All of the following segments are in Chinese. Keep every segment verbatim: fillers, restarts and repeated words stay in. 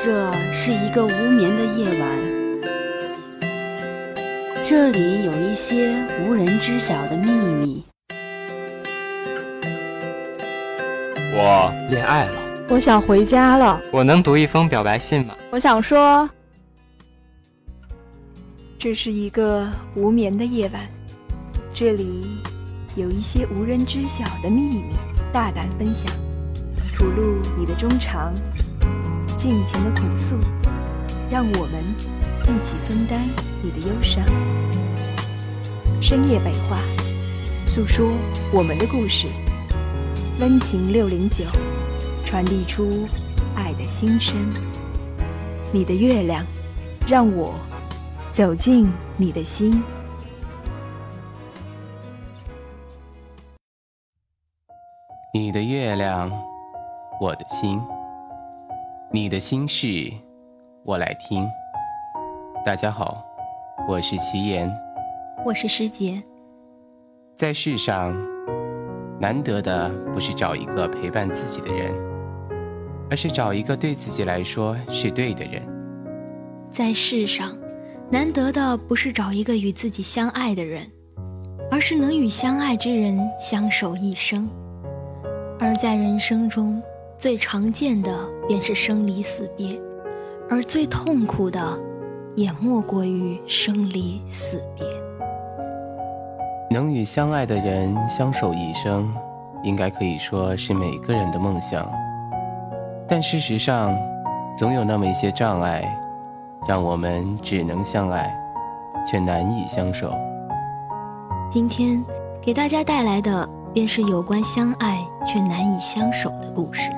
这是一个无眠的夜晚，这里有一些无人知晓的秘密。 我恋爱了， 我想回家了。 我能读一封表白信吗？ 我想说， 这是一个无眠的夜晚，这里有一些无人知晓的秘密，大胆分享，吐露你的衷肠，尽情的苦诉，让我们一起分担你的忧伤。深夜北话，诉说我们的故事。温情六零九，传递出爱的心声。你的月亮，让我走进你的心。 你的月亮，我的心，你的心事，我来听。大家好，我是齐言， 我是师姐。 在世上，难得的不是找一个陪伴自己的人，而是找一个对自己来说是对的人。 在世上，难得的不是找一个与自己相爱的人，而是能与相爱之人相守一生。而在人生中，最常见的便是生离死别，而最痛苦的也莫过于生离死别。 能与相爱的人相守一生，应该可以说是每个人的梦想。但事实上，总有那么一些障碍，让我们只能相爱，却难以相守。 今天给大家带来的便是有关相爱却难以相守的故事。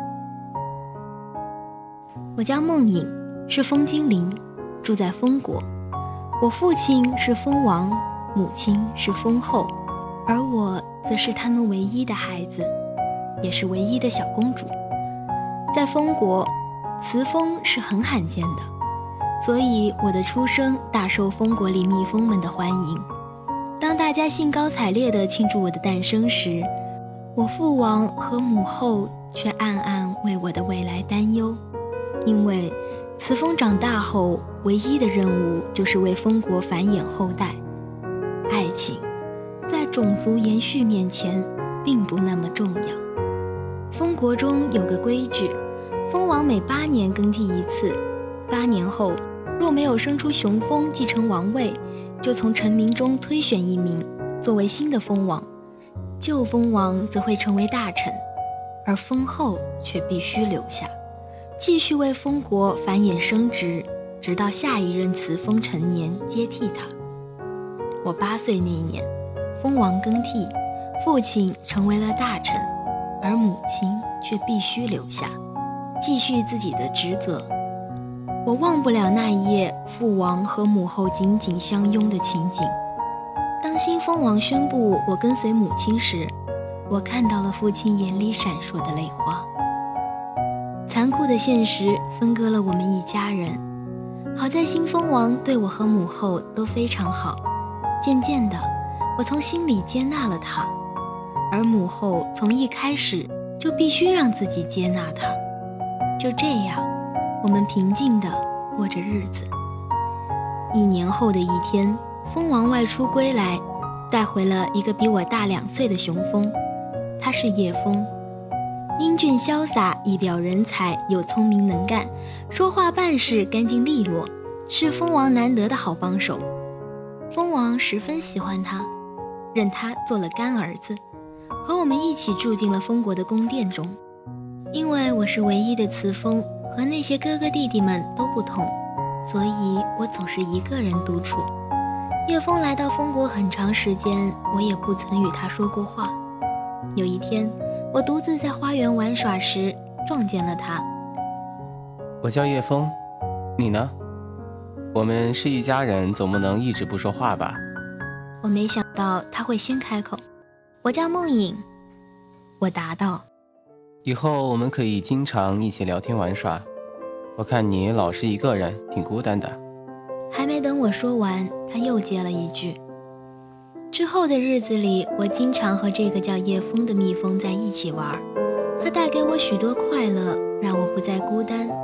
我叫梦影，是风精灵，住在风国。我父亲是蜂王，母亲是蜂后，而我则是他们唯一的孩子，也是唯一的小公主。在蜂国，雌蜂是很罕见的，所以我的出生大受蜂国里蜜蜂们的欢迎。当大家兴高采烈地庆祝我的诞生时，我父王和母后却暗暗为我的未来担忧，因为雌蜂长大后唯一的任务就是为蜂国繁衍后代。爱情在种族延续面前并不那么重要。蜂国中有个规矩，蜂王每八年更替一次，八年后若没有生出雄蜂继承王位，就从臣民中推选一名作为新的蜂王，旧蜂王则会成为大臣，而蜂后却必须留下，继续为蜂国繁衍生殖，直到下一任雌蜂成年接替他。我八岁那年，蜂王更替，父亲成为了大臣，而母亲却必须留下，继续自己的职责。我忘不了那一夜父王和母后紧紧相拥的情景。当新蜂王宣布我跟随母亲时，我看到了父亲眼里闪烁的泪花。残酷的现实分割了我们一家人，好在新蜂王对我和母后都非常好，渐渐的我从心里接纳了他，而母后从一开始就必须让自己接纳他。就这样，我们平静地过着日子。一年后的一天，蜂王外出归来，带回了一个比我大两岁的雄蜂，他是叶蜂，英俊潇洒，一表人才，又聪明能干，说话办事干净利落，是蜂王难得的好帮手。蜂王十分喜欢他，认他做了干儿子，和我们一起住进了蜂国的宫殿中。因为我是唯一的雌蜂，和那些哥哥弟弟们都不同，所以我总是一个人独处。叶蜂来到蜂国很长时间，我也不曾与他说过话。有一天，我独自在花园玩耍时撞见了他。 我叫叶蜂，你呢？我们是一家人，总不能一直不说话吧？ 我没想到他会先开口。我叫梦影，我答道。 以后我们可以经常一起聊天玩耍，我看你老是一个人，挺孤单的。 还没等我说完，他又接了一句。之后的日子里，我经常和这个叫叶蜂的蜜蜂在一起玩，它带给我许多快乐，让我不再孤单。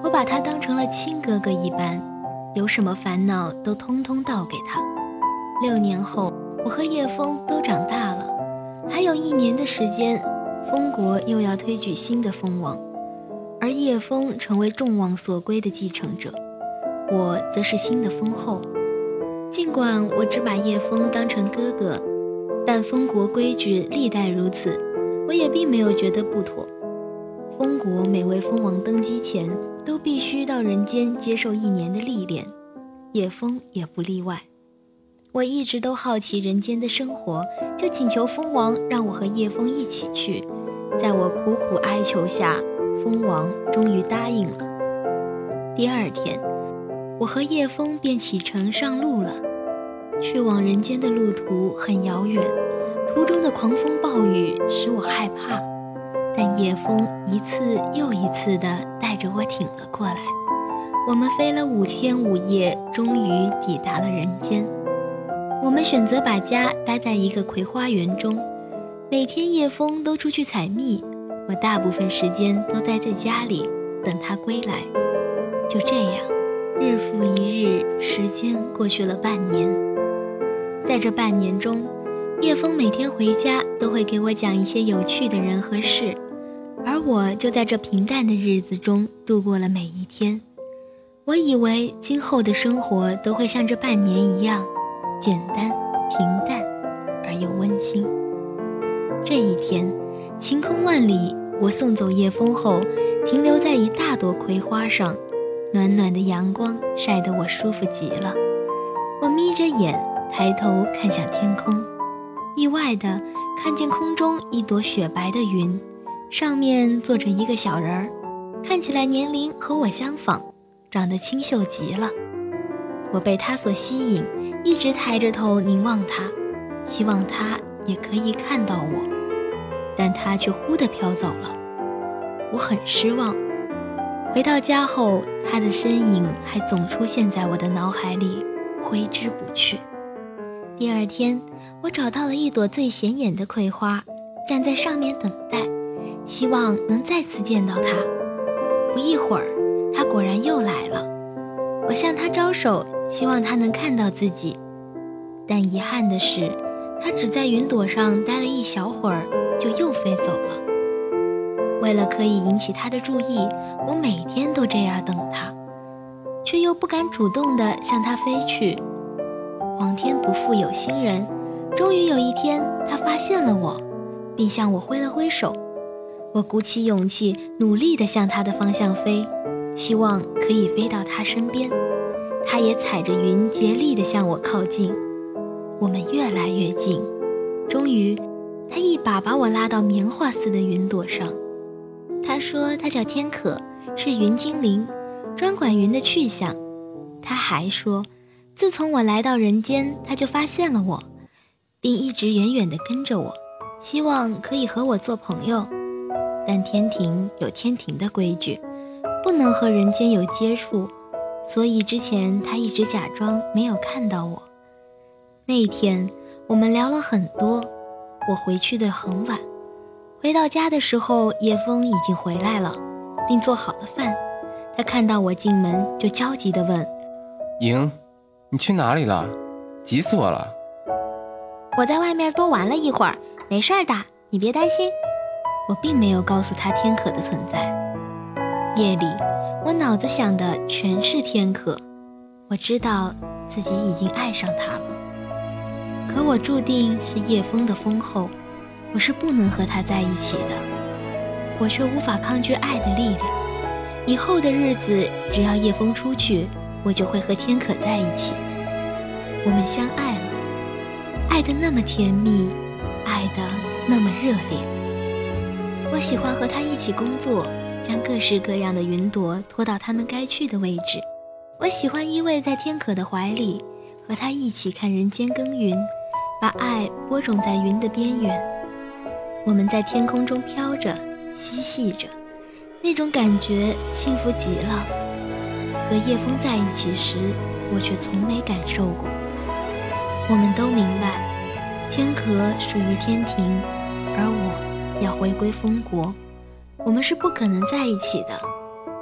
我把他当成了亲哥哥一般，有什么烦恼都通通倒给他。六年后，我和叶枫都长大了，还有一年的时间，封国又要推举新的封王，而叶枫成为众望所归的继承者，我则是新的封后。尽管我只把叶枫当成哥哥，但封国规矩历代如此，我也并没有觉得不妥。封国每位封王登基前都必须到人间接受一年的历练，叶枫也不例外。我一直都好奇人间的生活，就请求封王让我和叶枫一起去。在我苦苦哀求下，封王终于答应了。第二天，我和叶枫便启程上路了。去往人间的路途很遥远，途中的狂风暴雨使我害怕，但叶枫一次又一次地带着我挺了过来。我们飞了五天五夜，终于抵达了人间。我们选择把家待在一个葵花园中，每天叶枫都出去采蜜，我大部分时间都待在家里等他归来。就这样，日复一日，时间过去了半年。在这半年中，叶枫每天回家都会给我讲一些有趣的人和事，而我就在这平淡的日子中度过了每一天。我以为今后的生活都会像这半年一样简单平淡而又温馨。这一天晴空万里，我送走叶枫后，停留在一大朵葵花上，暖暖的阳光晒得我舒服极了。我眯着眼抬头看向天空，意外地看见空中一朵雪白的云，上面坐着一个小人儿，看起来年龄和我相仿，长得清秀极了。我被他所吸引，一直抬着头凝望他，希望他也可以看到我，但他却忽地飘走了。我很失望。回到家后，他的身影还总出现在我的脑海里，挥之不去。第二天，我找到了一朵最显眼的葵花，站在上面等待，希望能再次见到他。不一会儿，他果然又来了。我向他招手，希望他能看到自己，但遗憾的是，他只在云朵上待了一小会儿，就又飞走了。为了可以引起他的注意，我每天都这样等他，却又不敢主动地向他飞去。皇天不负有心人，终于有一天，他发现了我，并向我挥了挥手。我鼓起勇气，努力地向他的方向飞，希望可以飞到他身边。他也踩着云，竭力地向我靠近。我们越来越近，终于，他一把把我拉到棉花似的云朵上。他说他叫天可，是云精灵，专管云的去向。他还说，自从我来到人间，他就发现了我，并一直远远地跟着我，希望可以和我做朋友。但天庭有天庭的规矩，不能和人间有接触，所以之前他一直假装没有看到我。那一天，我们聊了很多，我回去的很晚。回到家的时候，叶枫已经回来了，并做好了饭。他看到我进门，就焦急地问： 莹，你去哪里了？急死我了。 我在外面多玩了一会儿，没事的，你别担心。我并没有告诉他天可的存在。夜里，我脑子想的全是天可，我知道自己已经爱上他了。可我注定是叶枫的封后，我是不能和他在一起的。我却无法抗拒爱的力量。以后的日子，只要叶枫出去，我就会和天可在一起。我们相爱了，爱得那么甜蜜，爱得那么热烈。我喜欢和他一起工作，将各式各样的云朵拖到他们该去的位置。我喜欢依偎在天可的怀里，和他一起看人间耕耘，把爱播种在云的边缘。我们在天空中飘着，嬉戏着，那种感觉幸福极了。和叶枫在一起时，我却从没感受过。我们都明白，天可属于天庭，而我要回归封国，我们是不可能在一起的。但我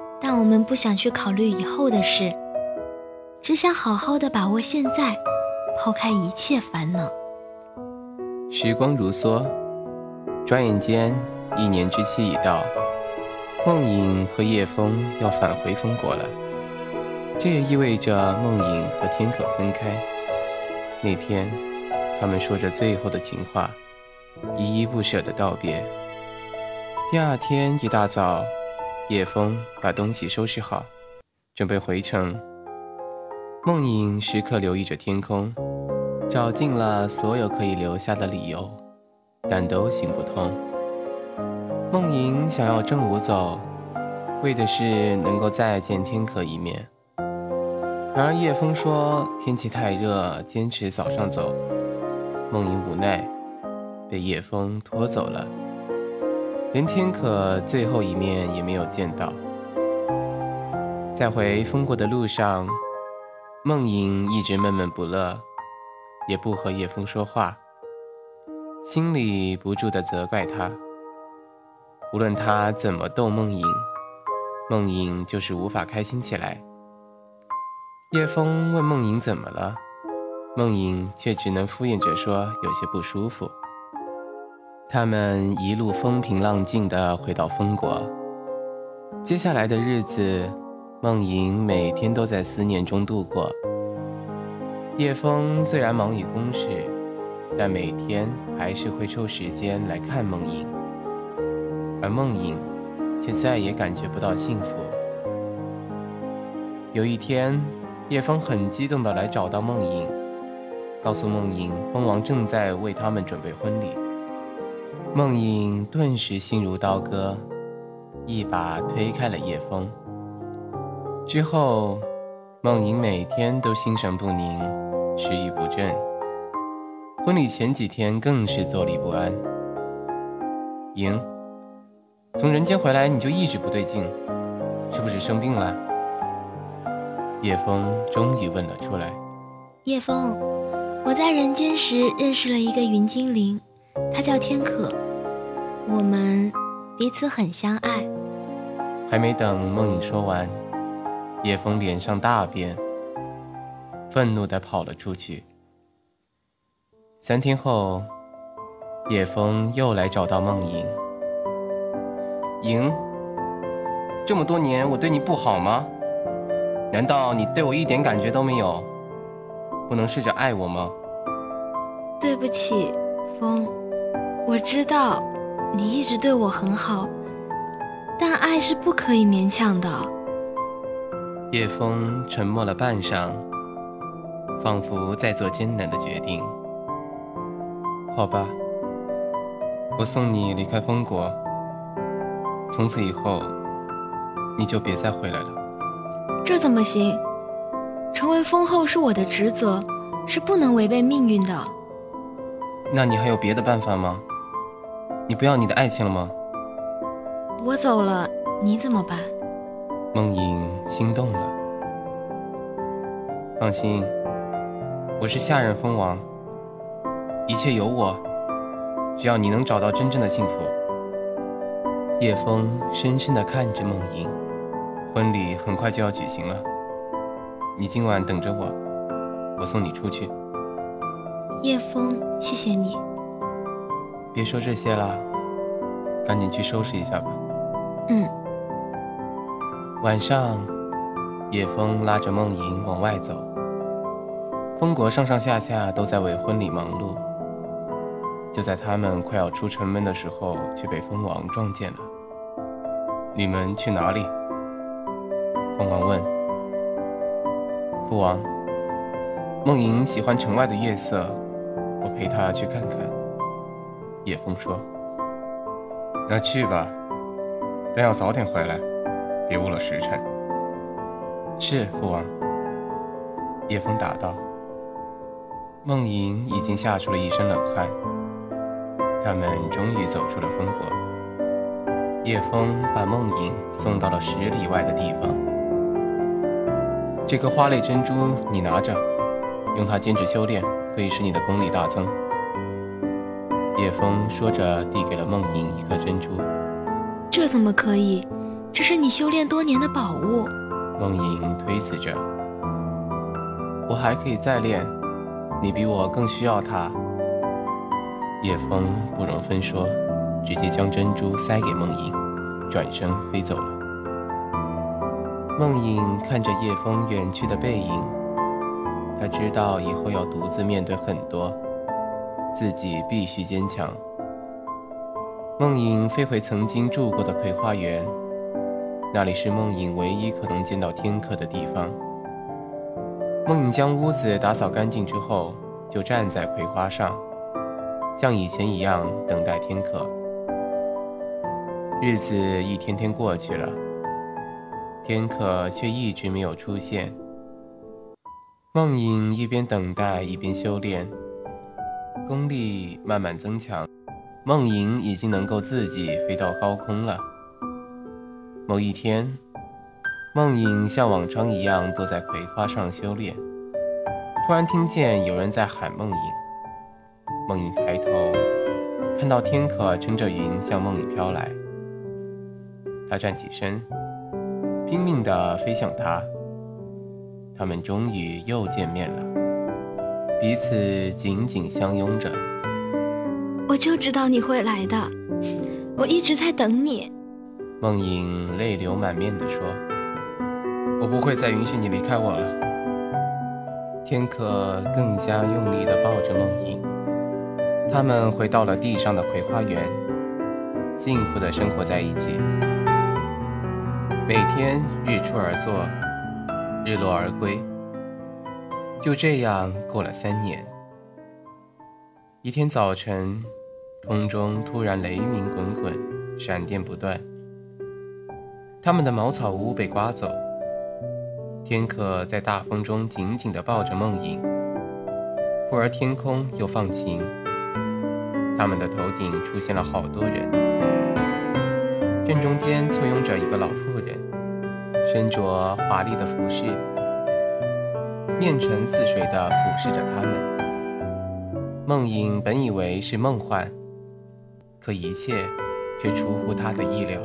我们不想去考虑以后的事，只想好好的把握现在，抛开一切烦恼。 时光如梭，转眼间一年之期已到，梦影和叶枫要返回封国了。这也意味着梦影和天可分开。那天他们说着最后的情话，依依不舍地道别。第二天一大早，叶枫把东西收拾好，准备回城。梦影时刻留意着天空，找尽了所有可以留下的理由，但都行不通。梦影想要正午走，为的是能够再见天可一面。然而叶枫说天气太热，坚持早上走。梦影无奈，被叶枫拖走了，连天可最后一面也没有见到。在回封国的路上，梦影一直闷闷不乐，也不和叶枫说话，心里不住地责怪他。无论他怎么逗梦影，梦影就是无法开心起来。叶枫问梦影怎么了，梦影却只能敷衍着说有些不舒服。他们一路风平浪静地回到封国。接下来的日子，梦影每天都在思念中度过。叶枫虽然忙于公事，但每天还是会抽时间来看梦影，而梦影却再也感觉不到幸福。有一天，叶枫很激动地来找到梦影，告诉梦影蜂王正在为他们准备婚礼。梦影顿时心如刀割，一把推开了叶枫。之后，梦影每天都心神不宁，食欲不振。婚礼前几天更是坐立不安。莹，从人间回来你就一直不对劲，是不是生病了？叶枫终于问了出来。 叶枫，我在人间时认识了一个云精灵，她叫天可，我们彼此很相爱。 还没等梦影说完，叶枫脸上大变，愤怒地跑了出去。三天后，叶枫又来找到梦影。莹，这么多年我对你不好吗？难道你对我一点感觉都没有？不能试着爱我吗？ 对不起，枫，我知道你一直对我很好，但爱是不可以勉强的。 叶枫沉默了半晌，仿佛在做艰难的决定。好吧，我送你离开封国，从此以后你就别再回来了。 这怎么行？成为封后是我的职责，是不能违背命运的。 那你还有别的办法吗？你不要你的爱情了吗？ 我走了，你怎么办？ 梦影心动了。放心，我是下任封王，一切有我，只要你能找到真正的幸福。叶枫深深地看着梦影。婚礼很快就要举行了，你今晚等着我，我送你出去。 叶枫，谢谢你。 别说这些了，赶紧去收拾一下吧。 嗯。 晚上，叶枫拉着梦影往外走。封国上上下下都在为婚礼忙碌，就在他们快要出城门的时候，却被蜂王撞见了。你们去哪里？蜂王问。父王，梦影喜欢城外的月色，我陪她去看看。叶枫说。那去吧，但要早点回来，别误了时辰。是，父王。叶枫答道。梦影已经吓出了一身冷汗。他们终于走出了封国。叶枫把梦影送到了十里外的地方。这颗花类珍珠你拿着，用它坚持修炼，可以使你的功力大增。叶枫说着递给了梦影一颗珍珠。 这怎么可以？ 这是你修炼多年的宝物。 梦莹推辞着，我还可以再练，你比我更需要它。叶枫不容分说，直接将珍珠塞给梦莹，转身飞走了。梦莹看着叶枫远去的背影，她知道以后要独自面对很多，自己必须坚强。梦莹飞回曾经住过的葵花园，那里是梦莹唯一可能见到天客的地方。梦莹将屋子打扫干净之后，就站在葵花上，像以前一样等待天客。日子一天天过去了，天客却一直没有出现。梦莹一边等待一边修炼，功力慢慢增强，梦莹已经能够自己飞到高空了。某一天，梦莹像往常一样坐在葵花上修炼，突然听见有人在喊梦莹。梦莹抬头，看到天客乘着云向梦莹飘来。她站起身，拼命地飞向他。他们终于又见面了，彼此紧紧相拥着。 我就知道你会来的，我一直在等你。 梦莹泪流满面地说，我不会再允许你离开我了。天客更加用力地抱着梦莹，他们回到了地上的葵花园，幸福地生活在一起。每天日出而作，日落而归，就这样过了三年。一天早晨，空中突然雷鸣滚滚，闪电不断，他们的茅草屋被刮走。天客在大风中紧紧地抱着梦莹，忽而天空又放晴，他们的头顶出现了好多人，正中间簇拥着一个老妇人，身着华丽的服饰，面沉似水地俯视着他们。梦莹本以为是梦幻，可一切却出乎她的意料。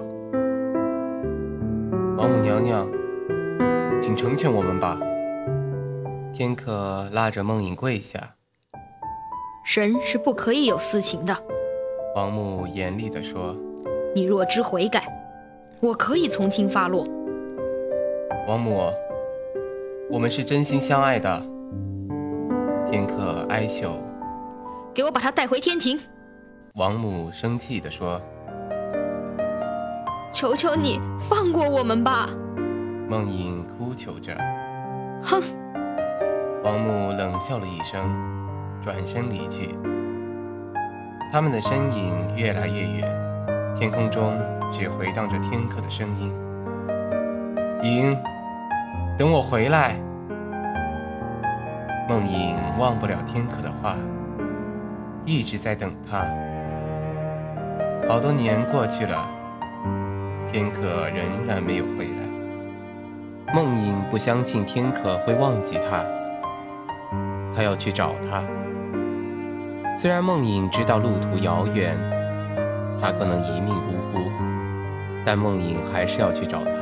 王母娘娘，请成全我们吧。天客拉着梦莹跪下。 神是不可以有私情的， 王母严厉地说， 你若知悔改，我可以从轻发落。 王母，我们是真心相爱的。天客哀求。 给我把他带回天庭。 王母生气地说， 求求你放过我们吧。 梦莹哭求着。 哼！ 王母冷笑了一声，转身离去。他们的身影越来越远，天空中只回荡着天客的声音。莹，等我回来。梦莹忘不了天客的话，一直在等他。好多年过去了，天客仍然没有回来。梦莹不相信天客会忘记他，他要去找他。虽然梦莹知道路途遥远，他可能一命呜呼，但梦莹还是要去找他。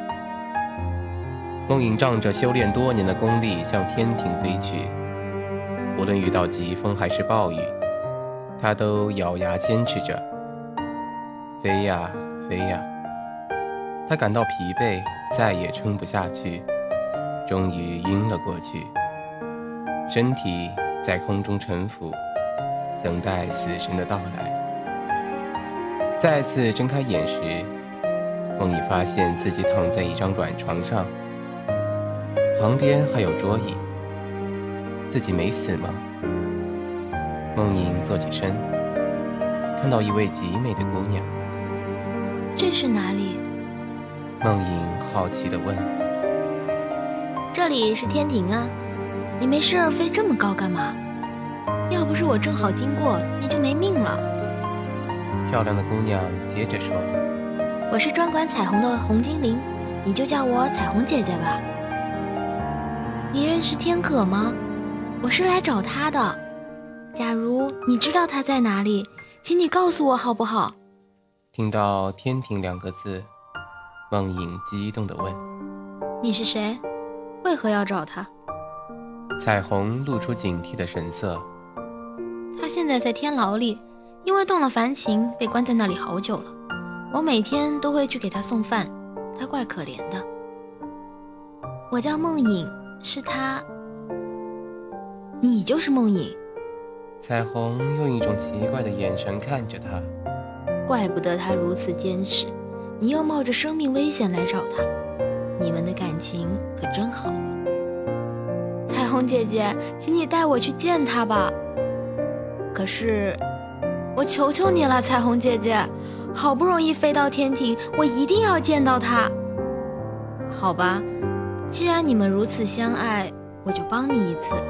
梦莹仗着修炼多年的功力向天庭飞去，无论遇到疾风还是暴雨，他都咬牙坚持着。飞呀飞呀，他感到疲惫，再也撑不下去，终于晕了过去，身体在空中沉浮，等待死神的到来。再次睁开眼时，梦莹发现自己躺在一张软床上，旁边还有桌椅。自己没死吗？梦莹坐起身，看到一位极美的姑娘。 这是哪里？ 梦莹好奇地问。 这里是天庭啊，你没事飞这么高干嘛？要不是我正好经过，你就没命了。 漂亮的姑娘接着说， 我是专管彩虹的红精灵，你就叫我彩虹姐姐吧。你认识天可吗？我是来找他的，假如你知道他在哪里，请你告诉我好不好？ 听到天庭两个字， 梦影激动地问： 你是谁？为何要找他？ 彩虹露出警惕的神色。 他现在在天牢里，因为动了凡情，被关在那里好久了。我每天都会去给他送饭，他怪可怜的。我叫梦影，是他。你就是梦影？ 彩虹用一种奇怪的眼神看着他。 怪不得他如此坚持，你又冒着生命危险来找他，你们的感情可真好啊。彩虹姐姐，请你带我去见他吧。可是，我求求你了，彩虹姐姐，好不容易飞到天庭，我一定要见到他。好吧，既然你们如此相爱，我就帮你一次。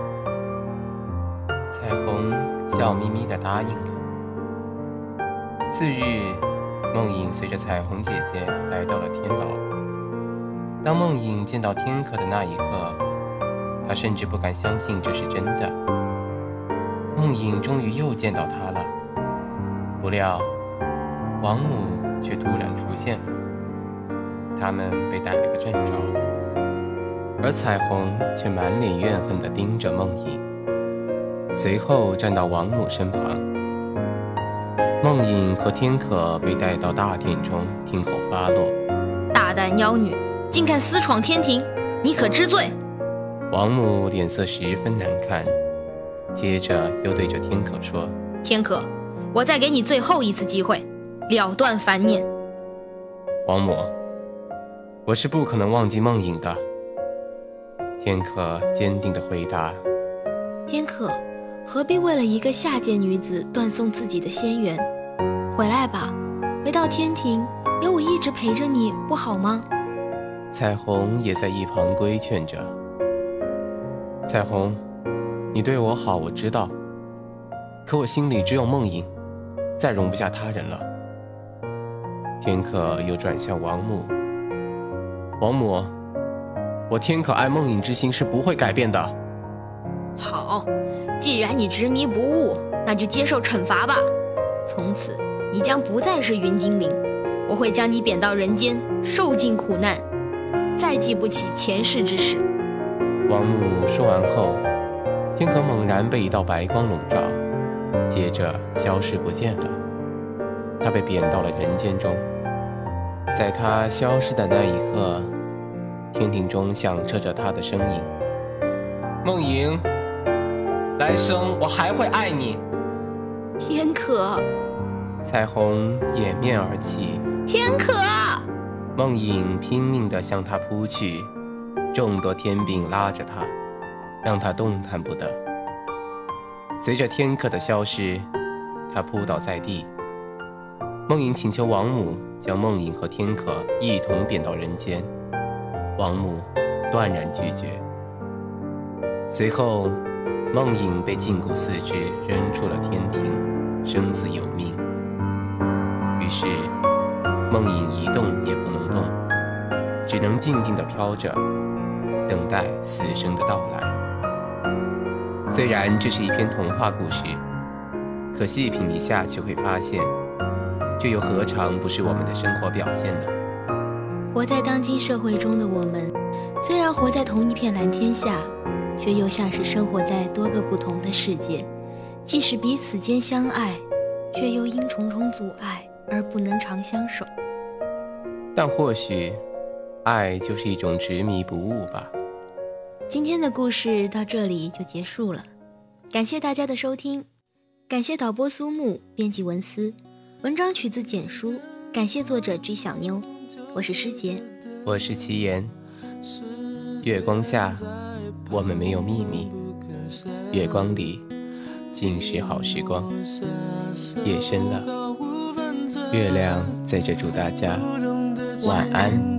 彩虹笑眯眯地答应了。次日，梦影随着彩虹姐姐来到了天牢。当梦影见到天可的那一刻，她甚至不敢相信这是真的。梦影终于又见到他了，不料王母却突然出现了，他们被逮了个正着，而彩虹却满脸怨恨地盯着梦影，随后站到王母身旁。梦影和天可被带到大殿中听候发落。 大胆妖女，竟敢私闯天庭，你可知罪？ 王母脸色十分难看，接着又对着天可说： 天可，我再给你最后一次机会，了断烦念。 王母，我是不可能忘记梦影的。天可坚定地回答。 天可，何必为了一个下贱女子断送自己的仙缘？回来吧，回到天庭，有我一直陪着你，不好吗？ 彩虹也在一旁规劝着。彩虹，你对我好，我知道，可我心里只有梦影，再容不下他人了。天可又转向王母。王母，我天可爱梦影之心是不会改变的。 好，既然你执迷不悟，那就接受惩罚吧。从此你将不再是云精灵，我会将你贬到人间，受尽苦难，再记不起前世之事。 王母说完后，天可猛然被一道白光笼罩，接着消失不见了。他被贬到了人间中。在他消失的那一刻，天庭中响彻着他的声音：梦影，来生我还会爱你。 天可。 彩虹掩面而泣。 天可。 梦影拼命地向他扑去，众多天柄拉着他，让他动弹不得。随着天可的消失，他扑倒在地。梦影请求王母将梦影和天可一同贬到人间，王母断然拒绝。随后，梦影被禁锢四肢扔出了天庭，生死有命。于是梦影一动也不能动，只能静静地飘着，等待死生的到来。虽然这是一篇童话故事，可细品一下却会发现，这又何尝不是我们的生活表现呢？ 活在当今社会中的我们，虽然活在同一片蓝天下，却又像是生活在多个不同的世界。即使彼此间相爱，却又因重重阻碍而不能长相守。 但或许，爱就是一种执迷不悟吧。 今天的故事到这里就结束了，感谢大家的收听，感谢导播苏木，编辑文思，文章取自简书，感谢作者 G 小妞，我是师姐， 我是齐言。月光下，我们没有秘密，月光里尽是好时光。夜深了，月亮在这祝大家晚安。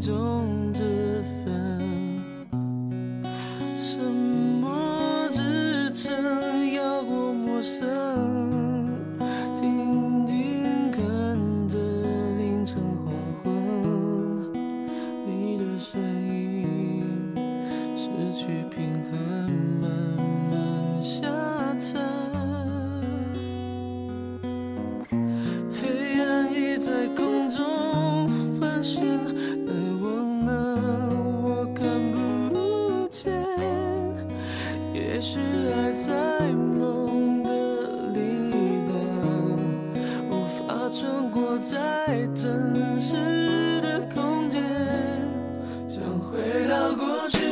在空中盘旋。 而我呢，我看不见。也许爱在梦的里端，无法穿过在真实的空间，想回到过去。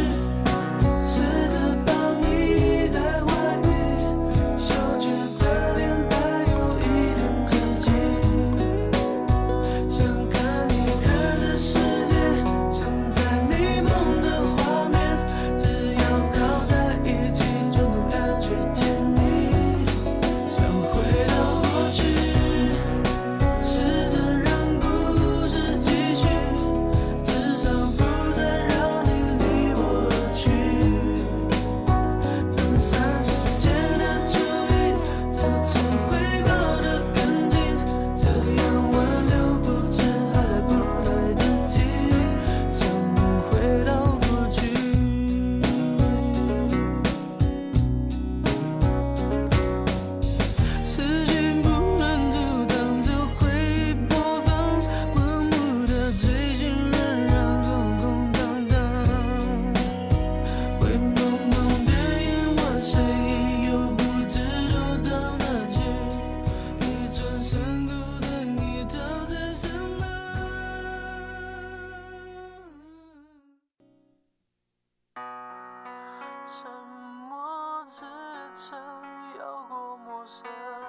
沉默支撑，摇过陌生，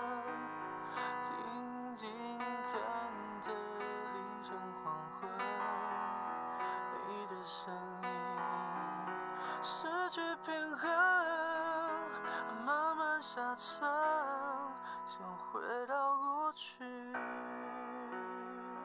静静看着凌晨黄昏，你的身影失去平衡，慢慢下沉，想回到过去。